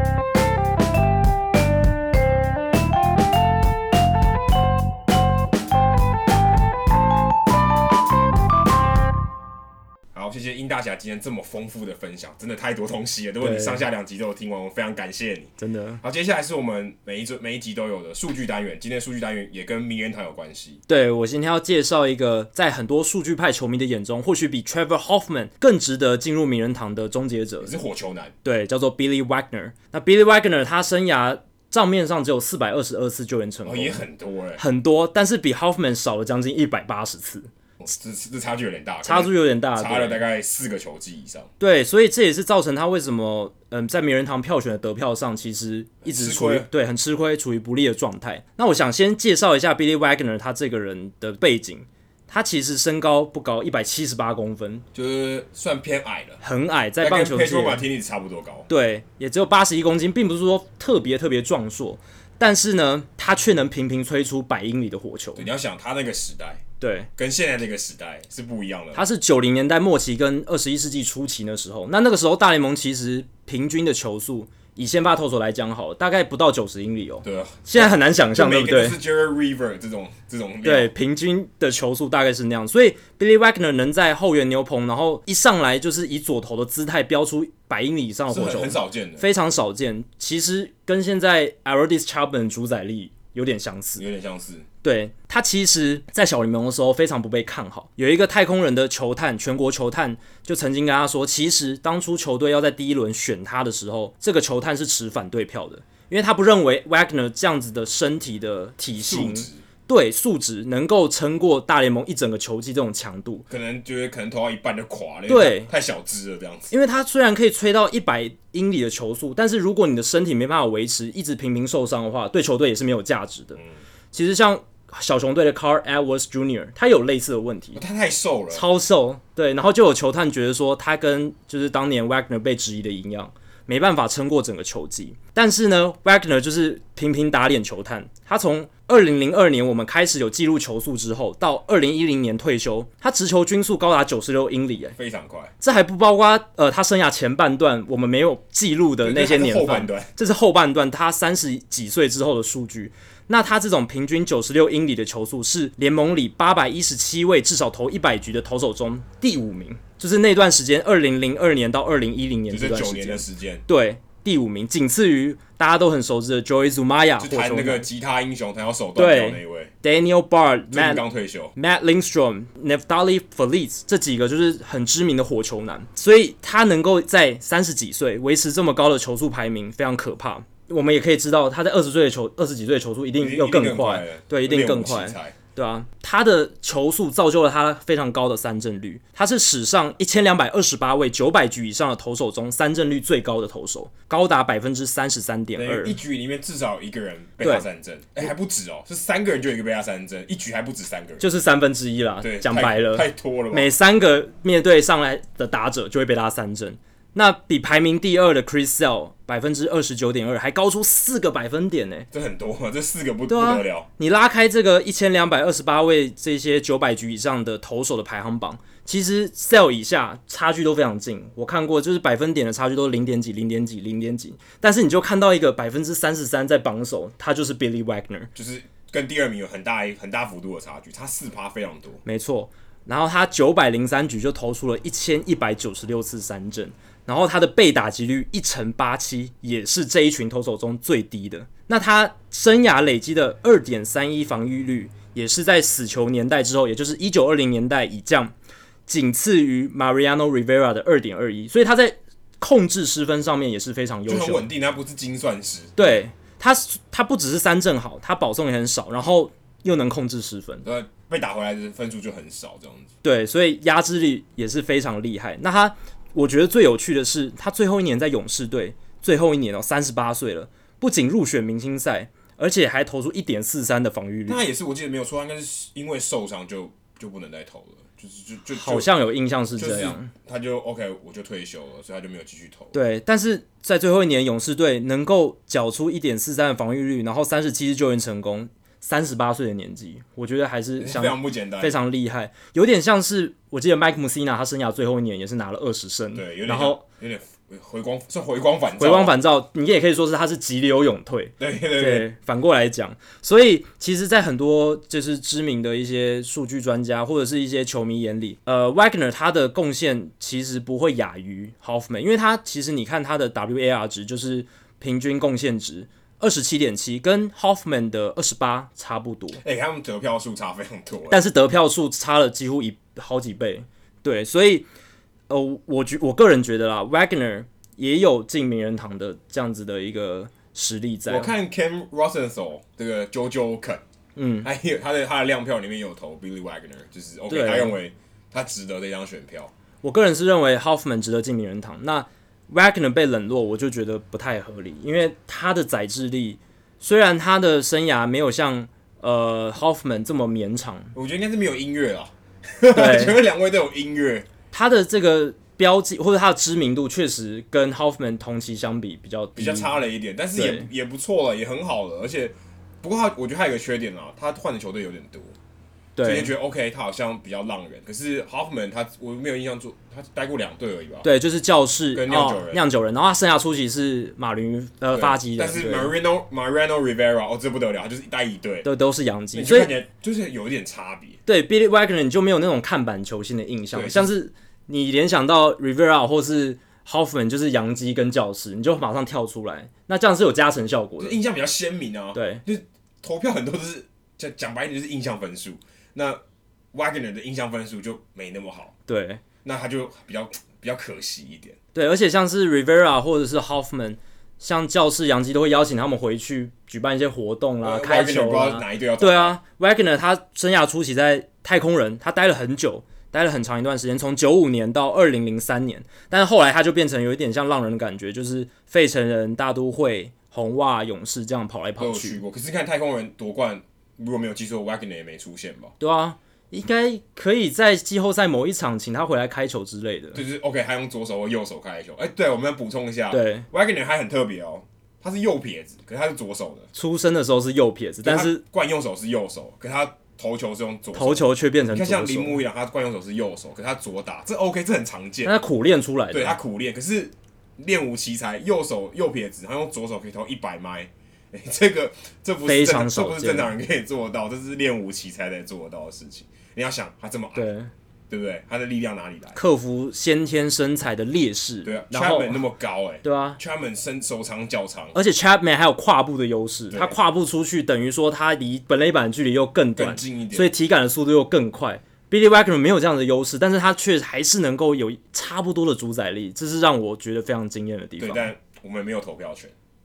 好，谢谢殷大侠今天这么丰富的分享，真的太多东西了。如果你上下两集都有听完，我非常感谢你， 真的。 好，接下来是我们每一每一集都有的数据单元，今天数据单元也跟名人堂有关系。 对，我今天要介绍一个在很多数据派球迷的眼中，或许比 Trevor Hoffman 更值得进入名人堂的终结者， 也是火球男。 对，叫做 Billy Wagner。那 Billy Wagner 他生涯账面上只有四百二十二次救援成功， 哦，也很多哎， 很多，但是比 Hoffman 少了将近一百八十次。 这这差距有点大， 差距有点大， 差了大概四个球季以上。 对，所以这也是造成他为什么嗯在名人堂票选的得票上，其实一直处于对很吃亏，处于不利的状态。那我想先介绍一下 Billy Wagner 他这个人的背景。他其实身高不高，一百七十八公分， 就是算偏矮了， 很矮，在棒球界跟 Pedro Martinez 差不多高。 对，也只有八十一公斤，并不是说特别特别壮硕，但是呢，他却能频频催出百英里的火球。 对，你要想他那个时代。 对， 跟现在这个时代是不一样的。 他是九零年代末期跟二十一世纪初期那时候，那那个时候大联盟其实平均的球速，以先发投手来讲好了，大概不到九十英里哦。 对啊， 现在很难想象，对不对？ 每个都是 Jerry River 这种这种。 对，平均的球速大概是那样，所以 Billy Wagner 能在后援牛棚，然后一上来就是以左投的姿态飙出百英里以上的火球， 很少见的， 非常少见。其实跟现在 Aroldis Chapman 的主宰力有点相似， 有点相似。 对，他其实在小联盟的时候非常不被看好，有一个太空人的球探，全国球探就曾经跟他说，其实当初球队要在第一轮选他的时候，这个球探是持反对票的，因为他不认为 Wagner 这样子的身体的体型，对素质能够撑过大联盟一整个球季这种强度， 可能觉得可能投到一半就垮了， 对， 太小只了这样子。 因为他虽然可以吹到一百英里的球速，但是如果你的身体没办法维持，一直频频受伤的话，对球队也是没有价值的。嗯、其实像小熊队的 Carl Edwards Junior 他有类似的问题， 他太瘦了， 超瘦，对，然后就有球探觉得说他跟就是当年 Wagner 被质疑的一样，没办法撑过整个球季。但是呢 Wagner 就是频频打脸球探，他从二零零二年我们开始有记录球速之后，到二零一零年退休，他直球均速高达九十六英里， 非常快。 这还不包括呃他生涯前半段我们没有记录的那些年份， 后半段， 这是后半段他三十几岁之后的数据。那他这种平均九十六英里的球速是联盟里八百一十七位至少投一百局的投手中第五名，就是那段时间二零零二年到二零一零年这段时间， 就是九年的时间， 对，第五名，仅次于大家都很熟知的 Joey Zumaya， 就弹那个吉他英雄弹到手断掉那一位 Daniel Bard， Matt 刚退休 Matt Lindstrom、Neftali Feliz 这几个就是很知名的火球男，所以他能够在三十几岁维持这么高的球速排名非常可怕。 我们也可以知道他在二十岁的球二十几岁的球速一定又更快，对，一定更快。对啊，他的球速造就了他非常高的三振率，他是史上一千两百二十八位九百局以上的投手中三振率最高的投手，高达百分之三十三点二。 一局里面至少有一个人被他三振，哎、欸，还不止哦，是三个人就有一个被他三振，一局还不止三个人， 就是三分之一啦。讲白了， 太多了吧？ 每三个面对上来的打者就会被他三振。那比排名第二的 Chris Sale 百分之二十九点二还高出四个百分点呢， 这很多，这四个 不,、啊、不得了。 你拉开这个一千两百二十八位这些九百局以上的投手的排行榜，其实 Sale 以下差距都非常近。我看过，就是百分点的差距都零点几、零点几、零点几，但是你就看到一个百分之三十三在榜首，他就是 Billy Wagner， 就是跟第二名有很大很大幅度的差距，差四趴非常多。 没错，然后他九百零三局就投出了一千一百九十六次三振。然后他的被打击率一成八七，也是这一群投手中最低的。那他生涯累积的 二点三一 防御率，也是在死球年代之后，也就是一九二零年代以降，仅次于 Mariano Rivera 的 二点二一。所以他在控制失分上面也是非常优秀， 就很稳定，他不是精算师。 对，他他不只是三振好，他保送也很少，然后又能控制失分， 对，被打回来的分数就很少这样子。 对，所以压制力也是非常厉害。那他我觉得最有趣的是，他最后一年在勇士队，最后一年哦，三十八岁了，不仅入选明星赛，而且还投出 一点四三 的防御率。 那也是我记得没有错，应该是因为受伤就就不能再投了，就是就就好像有印象是这样。 就是、他就 OK， 我就退休了，所以他就没有继续投。 对，但是在最后一年，勇士队能够缴出 一点四三 的防御率，然后三十七次救援成功。三十八岁的年纪，我觉得还是非常不简单， 非常厉害，有点像是我记得 Mike Mussina 他生涯最后一年也是拿了二十胜， 对，有点然后有点回光，算回光返照， 回光返照，你也可以说是他是急流勇退， 对对 对, 对，反过来讲，所以其实，在很多就是知名的一些数据专家或者是一些球迷眼里，呃 ，Wagner 他的贡献其实不会亚于 Hoffman， 因为他其实你看他的 W A R 值就是平均贡献值。二十七点七跟 Hoffman 的二十八差不多， 哎、欸，他们得票数差非常多， 但是得票数差了几乎一好几倍，对，所以呃，我觉我个人觉得啦 ，Wagner 也有进名人堂的这样子的一个实力在。 我看 Ken Rosenthal 这个 JoJo Ken， 嗯，还有他的他的量票里面有投 Billy Wagner， 就是 OK， 他认为他值得这张选票。 我个人是认为 Hoffman 值得进名人堂，那。Wagner 被冷落，我就觉得不太合理，因为他的载智力虽然他的生涯没有像呃 Hoffman 这么绵长， 我觉得应该是没有音乐啦。对，前面两位都有音乐， 他的这个标记或者他的知名度确实跟 Hoffman 同期相比比较低比较差了一点，但是也也不错了，也很好了，而且不过他我觉得他有一个缺点啦，他换的球队有点多。所以觉得 OK， 他好像比较浪人，可是 Hoffman 他我没有印象做，他待过两队而已吧？ 对，就是教士跟酿酒人， 酿、哦、酒人，然后他生涯初期是马林呃发基人，但是 Mariano Mariano Rivera 哦，这不得了，他就是一待一队， 都都是洋基， 所以看起来就是有一点差别。 对 ，Billy Wagner 你就没有那种看板球星的印象，像是你联想到 Rivera 或是 Hoffman 就是洋基跟教士，你就马上跳出来，那这样是有加成效果的， 印象比较鲜明啊。 对， 就是投票很多都是讲讲白一点就是印象分数，那。Wagner 的印象分数就没那么好， 对， 那他就比较比较可惜一点。 对，而且像是 Rivera 或者是 Hoffman， 像教士、洋基都会邀请他们回去举办一些活动啦、呃、开球啦。 哪一队要对啊 ，Wagner 他生涯初期在太空人，他待了很久，待了很长一段时间，从九五年到二零零三年，但是后来他就变成有一点像浪人的感觉，就是费城人、大都会、红袜、勇士这样跑来跑去。 都有去过，可是看太空人夺冠，如果没有记错 ，Wagner 也没出现吧？ 对啊。应该可以在季后赛某一场请他回来开球之类的。 就是 OK， 他用左手或右手开球。哎、欸，对，我们要补充一下， 对 ，Wagner 还很特别哦，他是右撇子，可是他是左手的。 出生的时候是右撇子，但是惯用手是右手，可是他投球是用左手， 投球却变成左手。 你看像铃木一样，他惯用手是右手，可是他左打，这 OK， 这很常见。 他苦练出来的， 对他苦练，可是练无奇才，右手右撇子，他用左手可以投一百迈。欸、这个这不是非常少见， 这不是正常人可以做到，这是练武奇才能做得到的事情。你要想，他这么矮， 对对不对？他的力量哪里来？ 克服先天身材的劣势。 对啊 ，Chapman 那么高哎、欸， 对啊 ，Chapman 身手长脚长， 而且 Chapman 还有跨步的优势，他跨步出去，等于说他离本垒板的距离又更短， 更近一点， 所以体感的速度又更快。Billy Wagner 没有这样的优势，但是他却还是能够有差不多的主宰力，这是让我觉得非常惊艳的地方。 对，但我们没有投票权。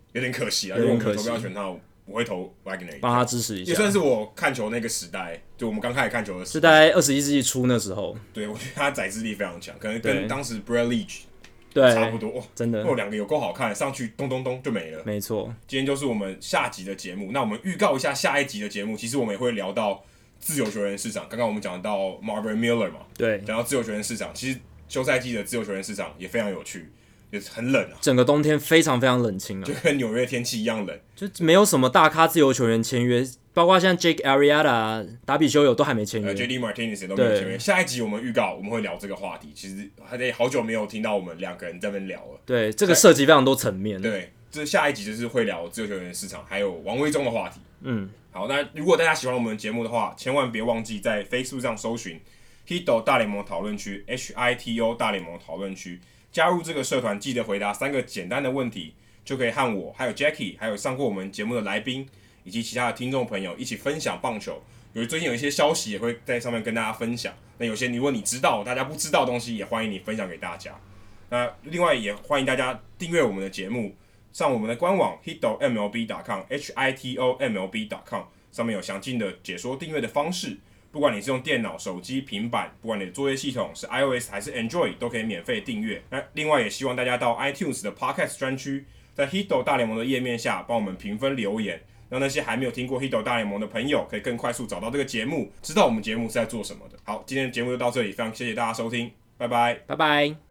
有点可惜啊， 有点可惜。 如果我们投票选他，我会投 Wagner， 帮他支持一下。 也算是我看球那个时代，就我们刚开始看球的时代， 是大概二十一世纪初那时候。 对，我觉得他载资力非常强，可能跟当时 Brad Leach 对差不多， 真的。 哦，两个有够好看，上去咚咚咚就没了。 没错， 今天就是我们下集的节目。那我们预告一下下一集的节目，其实我们也会聊到自由球员市场。刚刚我们讲到 Marvin Miller 嘛， 对， 讲到自由球员市场，其实休赛季的自由球员市场也非常有趣。也很冷啊， 整个冬天非常非常冷清啊， 就跟纽约天气一样冷， 就没有什么大咖自由球员签约，包括像 Jake Arrieta、达比修有都还没签约、 呃、，J D Martinez 也都没有签约。下一集我们预告我们会聊这个话题，其实还得好久没有听到我们两个人在那边聊了。 对，这个涉及非常多层面。 对，这下一集就是会聊自由球员市场，还有王威中的话题。 嗯， 好，那如果大家喜欢我们的节目的话，千万别忘记在 Facebook 上搜寻 Hito 大联盟讨论区 H I T O 大联盟讨论区。加入这个社团，记得回答三个简单的问题，就可以和我、还有 Jackie， 还有上过我们节目的来宾，以及其他的听众朋友一起分享棒球。有最近有一些消息也会在上面跟大家分享。那有些如果你知道大家不知道的东西，也欢迎你分享给大家。那另外也欢迎大家订阅我们的节目，上我们的官网 hito M L B 点 com H I T O M L B 点 com 上面有详尽的解说订阅的方式。不管你是用电脑、手机、平板，不管你的作业系统是 iOS 还是 Android， 都可以免费订阅。那另外也希望大家到 iTunes 的 Podcast 专区，在 Hito 大联盟的页面下帮我们评分留言，让那些还没有听过 Hito 大联盟的朋友可以更快速找到这个节目，知道我们节目是在做什么的。好，今天的节目就到这里，非常谢谢大家收听，拜拜， 拜拜。